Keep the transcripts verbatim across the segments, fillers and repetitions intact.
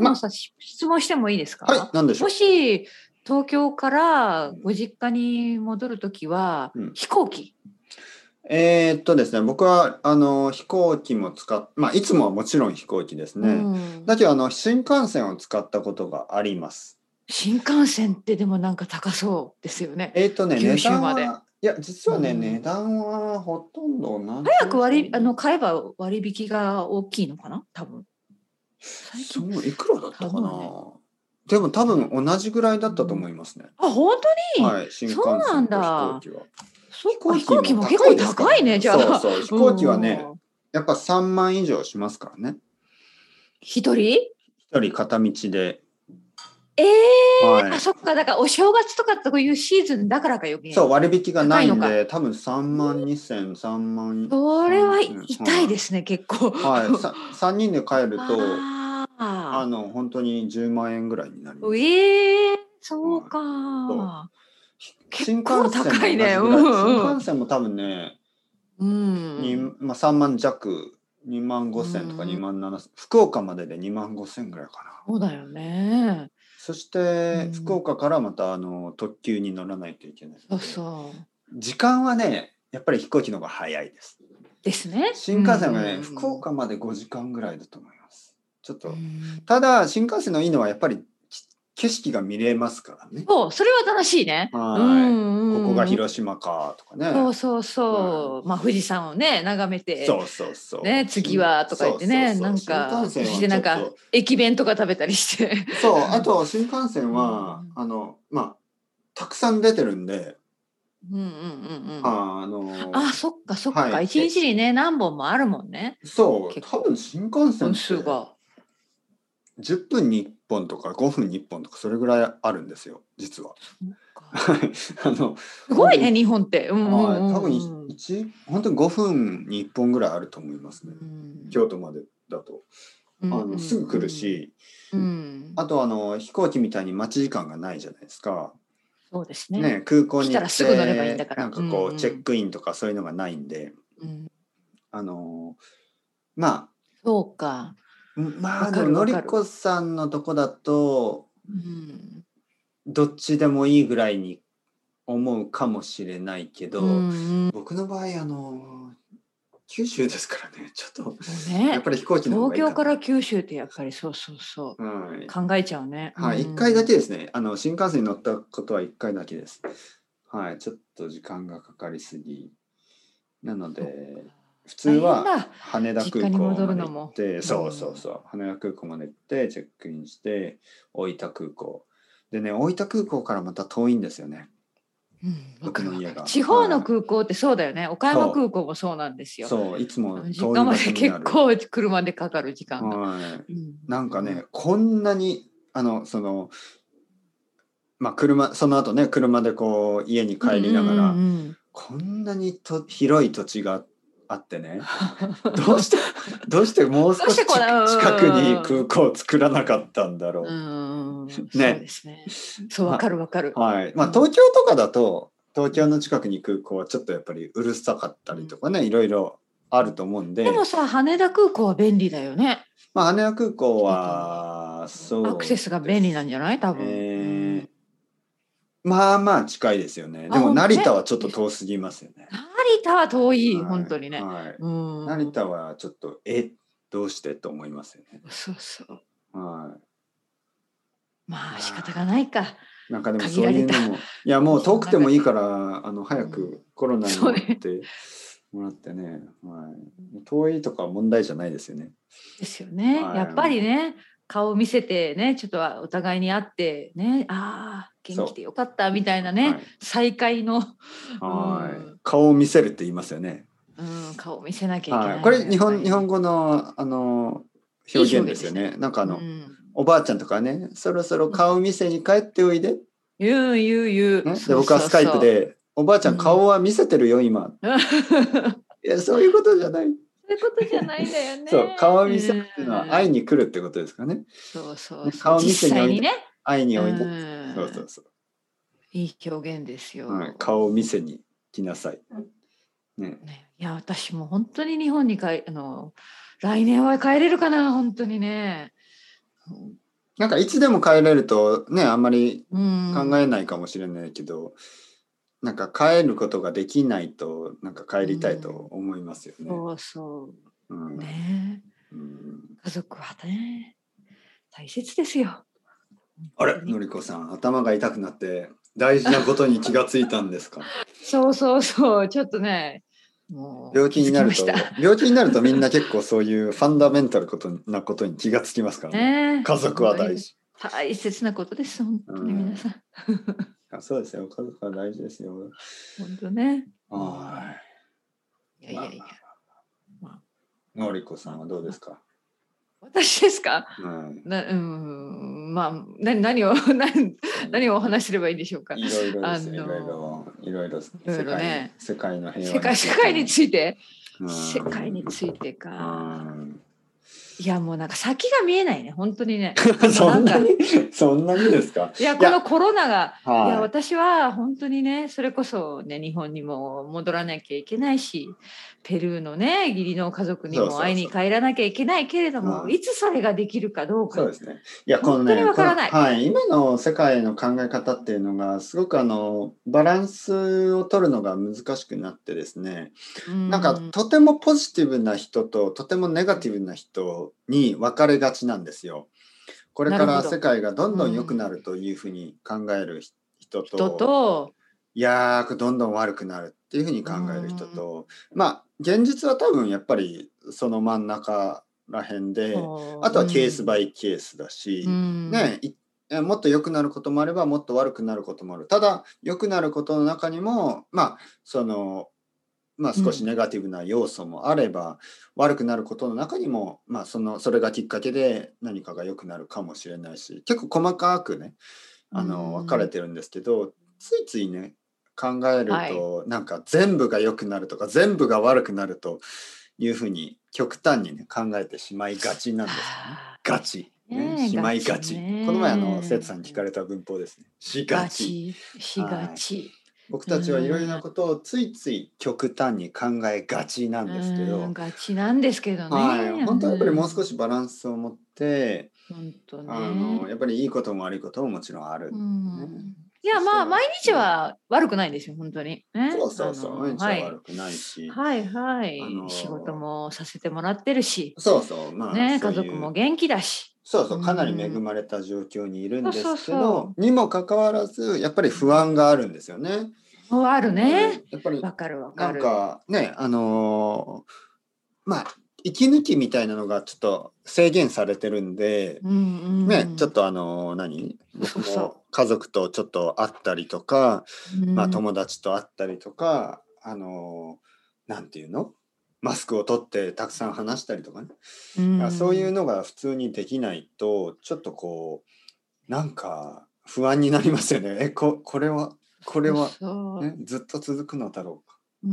まさ質問してもいいですか？ はい、何でしょう。 もし東京からご実家に戻るときは、うん、飛行機？ えー、っとですね、僕はあの飛行機も使っ、まあいつもはもちろん飛行機ですね。うん、だけどあの新幹線を使ったことがあります。 新幹線ってでもなんか高そうですよね。 えー、っとね、 九州まで。 値段はいや実はね、うん、値段はほとんど同じ。 早く割あの買えば割引が大きいのかな、多分。 最近そういくらだったかな。ね、でも多分同じぐらいだったと思いますね。 うん、あ、本当に？ はい、新幹線と飛行機は。 そっか、飛行機も結構高いね、じゃあ。 そうそう、飛行機はね、やっぱさんまん以上しますからね。 一人？ 一人片道で。 ええー、はい、あ、そっか、だからお正月とかというシーズンだからか余計。 そう、割引がないんで、多分さんまんにせん、さんまん。 それは痛いですね、はい、結構。 はい、さんにんで帰ると、ああの、本当にじゅうまんえんぐらいになります。 ええー、そうか、はい、結構高いね。 新幹線も多分ね、うん、まあ、さんまん弱、にまんごせんとかにまんななせん、福岡まででにまんごせんぐらいかな。 そうだよね。 そして福岡からまたあの特急に乗らないといけない。 そうそう。 時間はね、やっぱり飛行機の方が早いです。 ですね。 新幹線はね、福岡までごじかんぐらいだと思います。ちょっと。ただ新幹線のいいのはやっぱり景色が見れますからね。 そう、それは楽しいね。 はい。ここが広島かとかね。 そうそうそう。まあ富士山をね眺めて。 そうそうそう。 ね、次はとか言ってね、なんかそしてなんか駅弁とか食べたりして。 そう、あと新幹線はあのまあたくさん出てるんで。 うんうんうんうん。 あのあ、そっかそっか。一日にね何本もあるもんね。 そう、多分新幹線ってがじゅっぷんにいっぽんとかごふんにいっぽんとかそれぐらいあるんですよ、実は。あのすごいね日本って。 多分一本当にごふんにいっぽんぐらいあると思いますね。京都までだとあのすぐ来るし、あとあの飛行機みたいに待ち時間がないじゃないですか。 そうですね。 ね、空港に来たらすぐ乗ればいいんだから。 なんかこうチェックインとかそういうのがないんで、あのまあそうか。 まあでものりこさんのとこだと、うん、どっちでもいいぐらいに思うかもしれないけど、うん、僕の場合あの九州ですからね、ちょっと、ね、やっぱり飛行機の方がいいかな。 東京から九州ってやっぱりそうそうそう、はい、考えちゃうね。 はい、いっかいだけですね。あの新幹線に乗ったことはいっかいだけです。はい、ちょっと時間がかかりすぎなので。普通は羽田空港まで行って、そうそうそう、羽田空港まで行ってチェックインして大分空港でね、大分空港からまた遠いんですよね。 うん、僕の家が地方の空港ってそうだよね。岡山空港もそうなんですよ。 そういつも実家まで結構車でかかる時間が、 はい、うん、なんかね、うん、こんなにあのそのまあ車その後ね車でこう家に帰りながら、うんうんうん、こんなにと広い土地があってね、どうしてどうしてもう少し近くに空港を作らなかったんだろう。 うんね、そうですね。そうわかるわかる。 はい。まあ東京とかだと東京の近くに空港はちょっとやっぱりうるさかったりとかね、うん、いろいろあると思うんで。 でもさ羽田空港は便利だよね。 まあ羽田空港はそうアクセスが便利なんじゃない多分。えーうんまあまあ近いですよね。でも成田はちょっと遠すぎますよね。 成田は遠い、はい、本当にね。 はい、うん成田はちょっとえどうしてと思いますよね。 そうそう。 はい。 まあ仕方がないか。 なんかでもそういうのもいやもう遠くてもいいからあの早くコロナになってもらってね、はい、遠いとか問題じゃないですよね。 ですよね。はい、やっぱりね。顔見せてねちょっとお互いに会ってねああ元気でよかったみたいなね、はい、再会の、 はい、うん、顔を見せるって言いますよね。 うん、顔を見せなきゃいけない、 はい、これ日本日本語のあの表現ですよね。いいなんかあの、うん、おばあちゃんとかねそろそろ顔見せに帰っておいで、うん、 言う言う言う、 ね、で僕はスカイプでおばあちゃん顔は見せてるよ今、うん、いやそういうことじゃないそういうことじゃないんだよね。 そう顔見せるっていうのは会いに来るってことですかね。 そうそうそう顔見せにおいで、 実際にね、 会いにおいで、そうそうそう。 いい表現ですよ。 はい、顔を見せに来なさい。ね。 ねいや私も本当に日本に帰あの来年は帰れるかな本当にね。 なんかいつでも帰れるとね、あんまり考えないかもしれないけど、うん、なんか帰ることができないとなんか帰りたいと思いますよね。 うん、そうそう、うん、ね、うん、家族はね大切ですよ。 あれ、のりこさん、頭が痛くなって大事なことに気がついたんですか？ そうそうそう、ちょっとね、もう病気になると病気になるとみんな結構そういうファンダメンタルことなことに気がつきますからね。ね、家族は大事。 大切なことです、本当に皆さん。 うん、そうですよ、家族は大事ですよ。 本当ね。 はい。いやいやいや。まあ、のりこさんはどうですか？ 私ですか？うん、なうん、まあ、な何を何何をお話しすればいいんでしょうか。 いろいろですね、いろいろいろいろ世界、ね、世界の平和に世界について、世界についてか。いやもうなんか先が見えないね、本当にね。 そんなにそんなにですか？ いやこのコロナが、いや、いや私は本当にね、それこそね、日本にも戻らなきゃいけないし、ペルーのね義理の家族にも会いに帰らなきゃいけないけれども、そうそうそう、いつそれができるかどうか、 そうですね。いやこのね、本当にわからない。はい、今の世界の考え方っていうのがすごくあのバランスを取るのが難しくなってですね、んなんかとてもポジティブな人ととてもネガティブな人に分かれがちなんですよ。これから世界がどんどん良くなるというふうに考える人 と,、うん、といやーどんどん悪くなるっていうふうに考える人と、まあ現実は多分やっぱりその真ん中らへんで、あとはケースバイケースだし、うん、ね、もっと良くなることもあればもっと悪くなることもある。ただ良くなることの中にもまあそのまあ、少しネガティブな要素もあれば、うん、悪くなることの中にも、まあ、そのそれがきっかけで何かが良くなるかもしれないし、結構細かくねあの分かれてるんですけど、ついついね考えると、はい、なんか全部が良くなるとか全部が悪くなるというふうに極端にね考えてしまいがちなんですよね。ガチ。ね、しまいがち。この前あの生徒さんに聞かれた文法ですね。しがち。 しがち。はい、 僕たちはいろいろなことをついつい極端に考えがちなんですけど、 がちなんですけどね、 はい、本当はやっぱりもう少しバランスを持って、 本当ね、 あのやっぱりいいことも悪いことももちろんある、ね、 いやまあ毎日は悪くないんですよ本当に、ね、 そうそうそう、毎日は悪くないし、 はいはい、はい、仕事もさせてもらってるし、 そうそうまあね、家族も元気だし、 そうそうかなり恵まれた状況にいるんですけど、にもかかわらずやっぱり不安があるんですよね。 あるね、 やっぱりわかるわかる。 なんかねあのー、まあ息抜きみたいなのがちょっと制限されてるんで、うんうん、ねちょっとあのー、何僕も家族とちょっと会ったりとか、まあ、友達と会ったりとか、あのー、なんていうのマスクを取ってたくさん話したりとかね、うん、そういうのが普通にできないとちょっとこうなんか不安になりますよね。え こ, これはこれは、ね、ずっと続くのだろうか、 うん、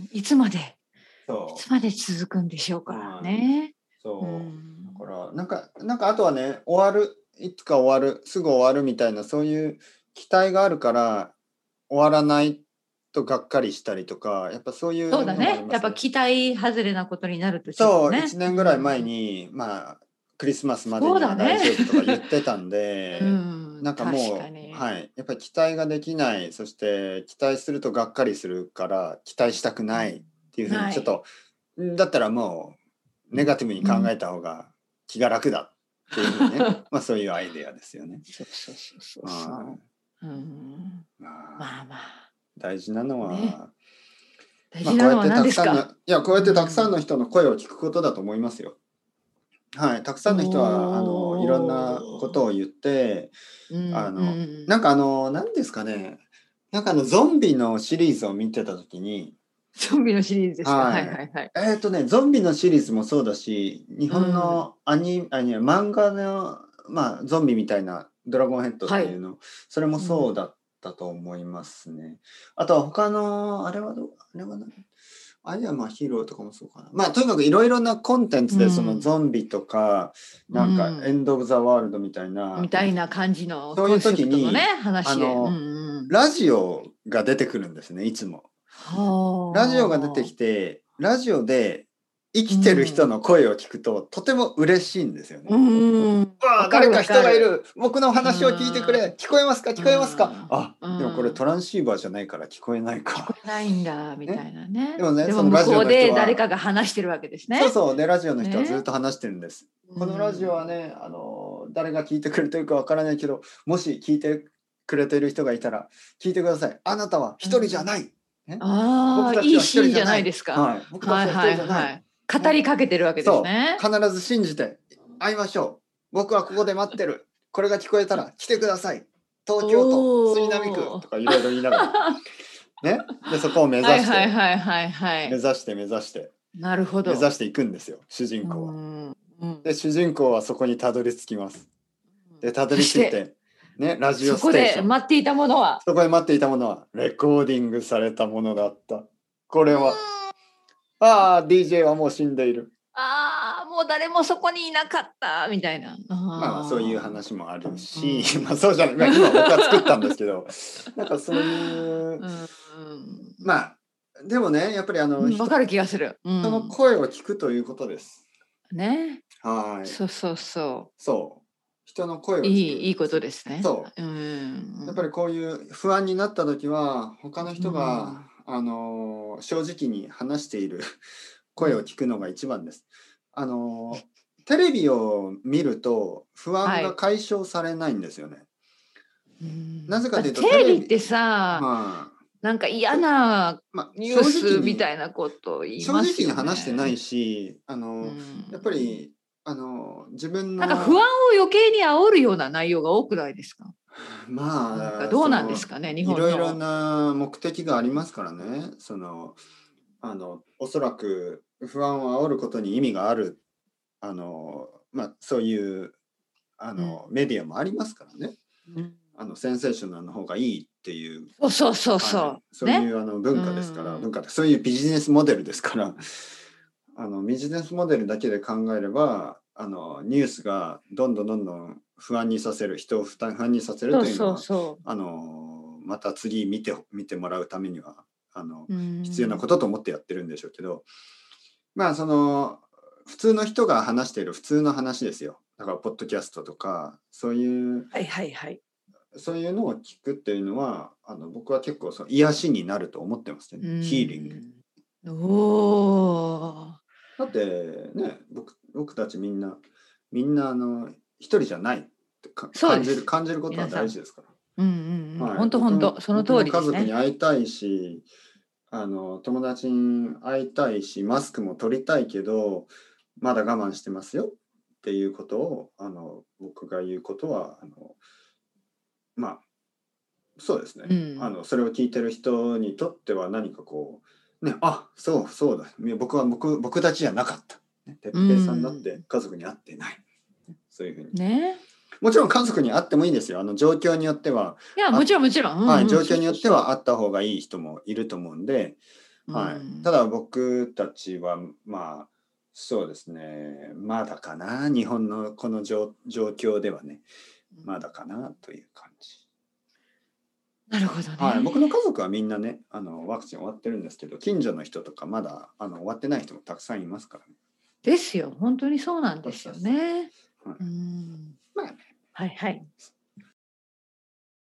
いつまでそういつまで続くんでしょうかね。 そう、うん、だからなんかなんかあとはね終わるいつか終わるすぐ終わるみたいなそういう期待があるから終わらないとがっかりしたりとかやっぱそういう、 ね、そうだねやっぱ期待外れなことになるとちょっと、ね、 そういちねんぐらい前に、うん、まあクリスマスまでには大丈夫とか言ってたんで、ねうん、なんかもうはい、やっぱり期待ができないそして期待するとがっかりするから期待したくないっていうふうにちょっと、だったらもうネガティブに考えた方が気が楽だっていうふうにね、まあそういうアイデアですよね。 そうそうそうそうそう、うん、まあまあ大事なのは、ね、 大事なのは何ですか？ まあ、こうやってたくさんのいやこうやってたくさんの人の声を聞くことだと思いますよ。はい、たくさんの人はあのいろんなことを言って、あの、うん、なんかあの何ですかね、なんかあのゾンビのシリーズを見てた時に、 ゾンビのシリーズですか？はいはいはい。 えっとねゾンビのシリーズもそうだし、日本のアニ、うん、アニ漫画のまあゾンビみたいなドラゴンヘッドっていうの、はい、それもそうだったと思いますね。うん、あとは他のあれはどうあれは何？アイアマヒーローとかもそうかな。まあとにかくいろいろなコンテンツでそのゾンビとか、うん、なんかエンド・オブ・ザ・ワールドみたいな、 うん、みたいな感じのそういう時に、 ね、話あの、うんうん、ラジオが出てくるんですねいつも。ラジオが出てきてラジオで生きてる人の声を聞くと、うん、とても嬉しいんですよね。 うん、 わあ、誰か人がいる。僕の話を聞いてくれ。聞こえますか聞こえますか。あ、でもこれトランシーバーじゃないから聞こえないか。 聞こえないんだみたいなね。 でもね、 でも向こうで誰かが話してるわけですね。 そうそう、でラジオの人はずっと話してるんです。ね、このラジオはね、あの誰が聞いてくれてるかわからないけど、もし聞いてくれてる人がいたら聞いてください。あなたは一人じゃない。 ね、ああ、いいシーンじゃないですか。 はい、僕たちは一人じゃない。はいはいはい、 語りかけてるわけですね。 そう、必ず信じて会いましょう。僕はここで待ってる。これが聞こえたら来てください。東京都杉並区とかいろいろ言いながらね、でそこを目指して、はいはいはいはい、目指して目指して、 なるほど、 目指していくんですよ、主人公は。うんうん、で主人公はそこにたどり着きます。でたどり着いて、ね、ラジオステーション、そこで待っていたものは、 そこで待っていたものはレコーディングされたものだった。これは、ああ ディージェー はもう死んでいる。 ああ、もう誰もそこにいなかったみたいな。あ、 まあそういう話もあるし、うん、まあそうじゃない、今僕は作ったんですけど、なんかそういう、うん、まあでもね、やっぱりあの、 うん、分かる気がする。 うん、その声を聞くということです。 ね。 はい。 そうそうそう。 そう。人の声を聞く。 いいいいことですね。 そう。うん。やっぱりこういう不安になった時は他の人が、うん、あの正直に話している声を聞くのが一番です。あのテレビを見ると不安が解消されないんですよね。はい、なぜかというとテレビってさ、まあ、なんか嫌なニュースみたいなことを言いますよね。 正直に話してないし、あの、うん、やっぱりあの自分のなんか不安を余計に煽るような内容が多くないですか。 まあなんかどうなんですかね、日本の。 いろいろな目的がありますからね。そのあのおそらく不安を煽ることに意味があるあの、まあ、そういうあの、うん、メディアもありますからね。うん、あのセンセーショナルの方がいいっていう、 そうそうそうそう、はい、 そういう、ね、あの文化ですから、うん、文化そういうビジネスモデルですからあのビジネスモデルだけで考えればあのニュースがどんどんどんどん不安にさせる、人を不安にさせるというのは、そうそうそう、あのまた次見て見てもらうためにはあの必要なことと思ってやってるんでしょうけど、まあその普通の人が話している普通の話ですよ。だからポッドキャストとかそういう、 はいはいはい、 そういうのを聞くっていうのはあの僕は結構その癒しになると思ってますね。ヒーリング。 おー。 だってね、僕僕たちみんなみんなあの一人じゃないって感じる感じることは大事ですから。 うんうんうん。本当本当その通りですね。 家族に会いたいし、あの友達に会いたいし、マスクも取りたいけどまだ我慢してますよっていうことをあの僕が言うことはあのまあそうですね。うん、あのそれを聞いてる人にとっては何かこうね、あ、そうそうだ。僕は僕僕たちじゃなかった。哲平さんだって家族に会ってない。うん、そういうふうに。 ね。 もちろん家族に会ってもいいですよ。あの状況によっては。 いやもちろんもちろん。 はい、状況によっては会った方がいい人もいると思うんで、はい。ただ僕たちはまあそうですね。まだかな。日本のこの状況ではね、まだかなという感じ。 なるほどね。 はい、僕の家族はみんなね、あのワクチン終わってるんですけど、近所の人とかまだあの終わってない人もたくさんいますからね。 ですよ、本当にそうなんですよね。はい、うん、まあね、はいはい。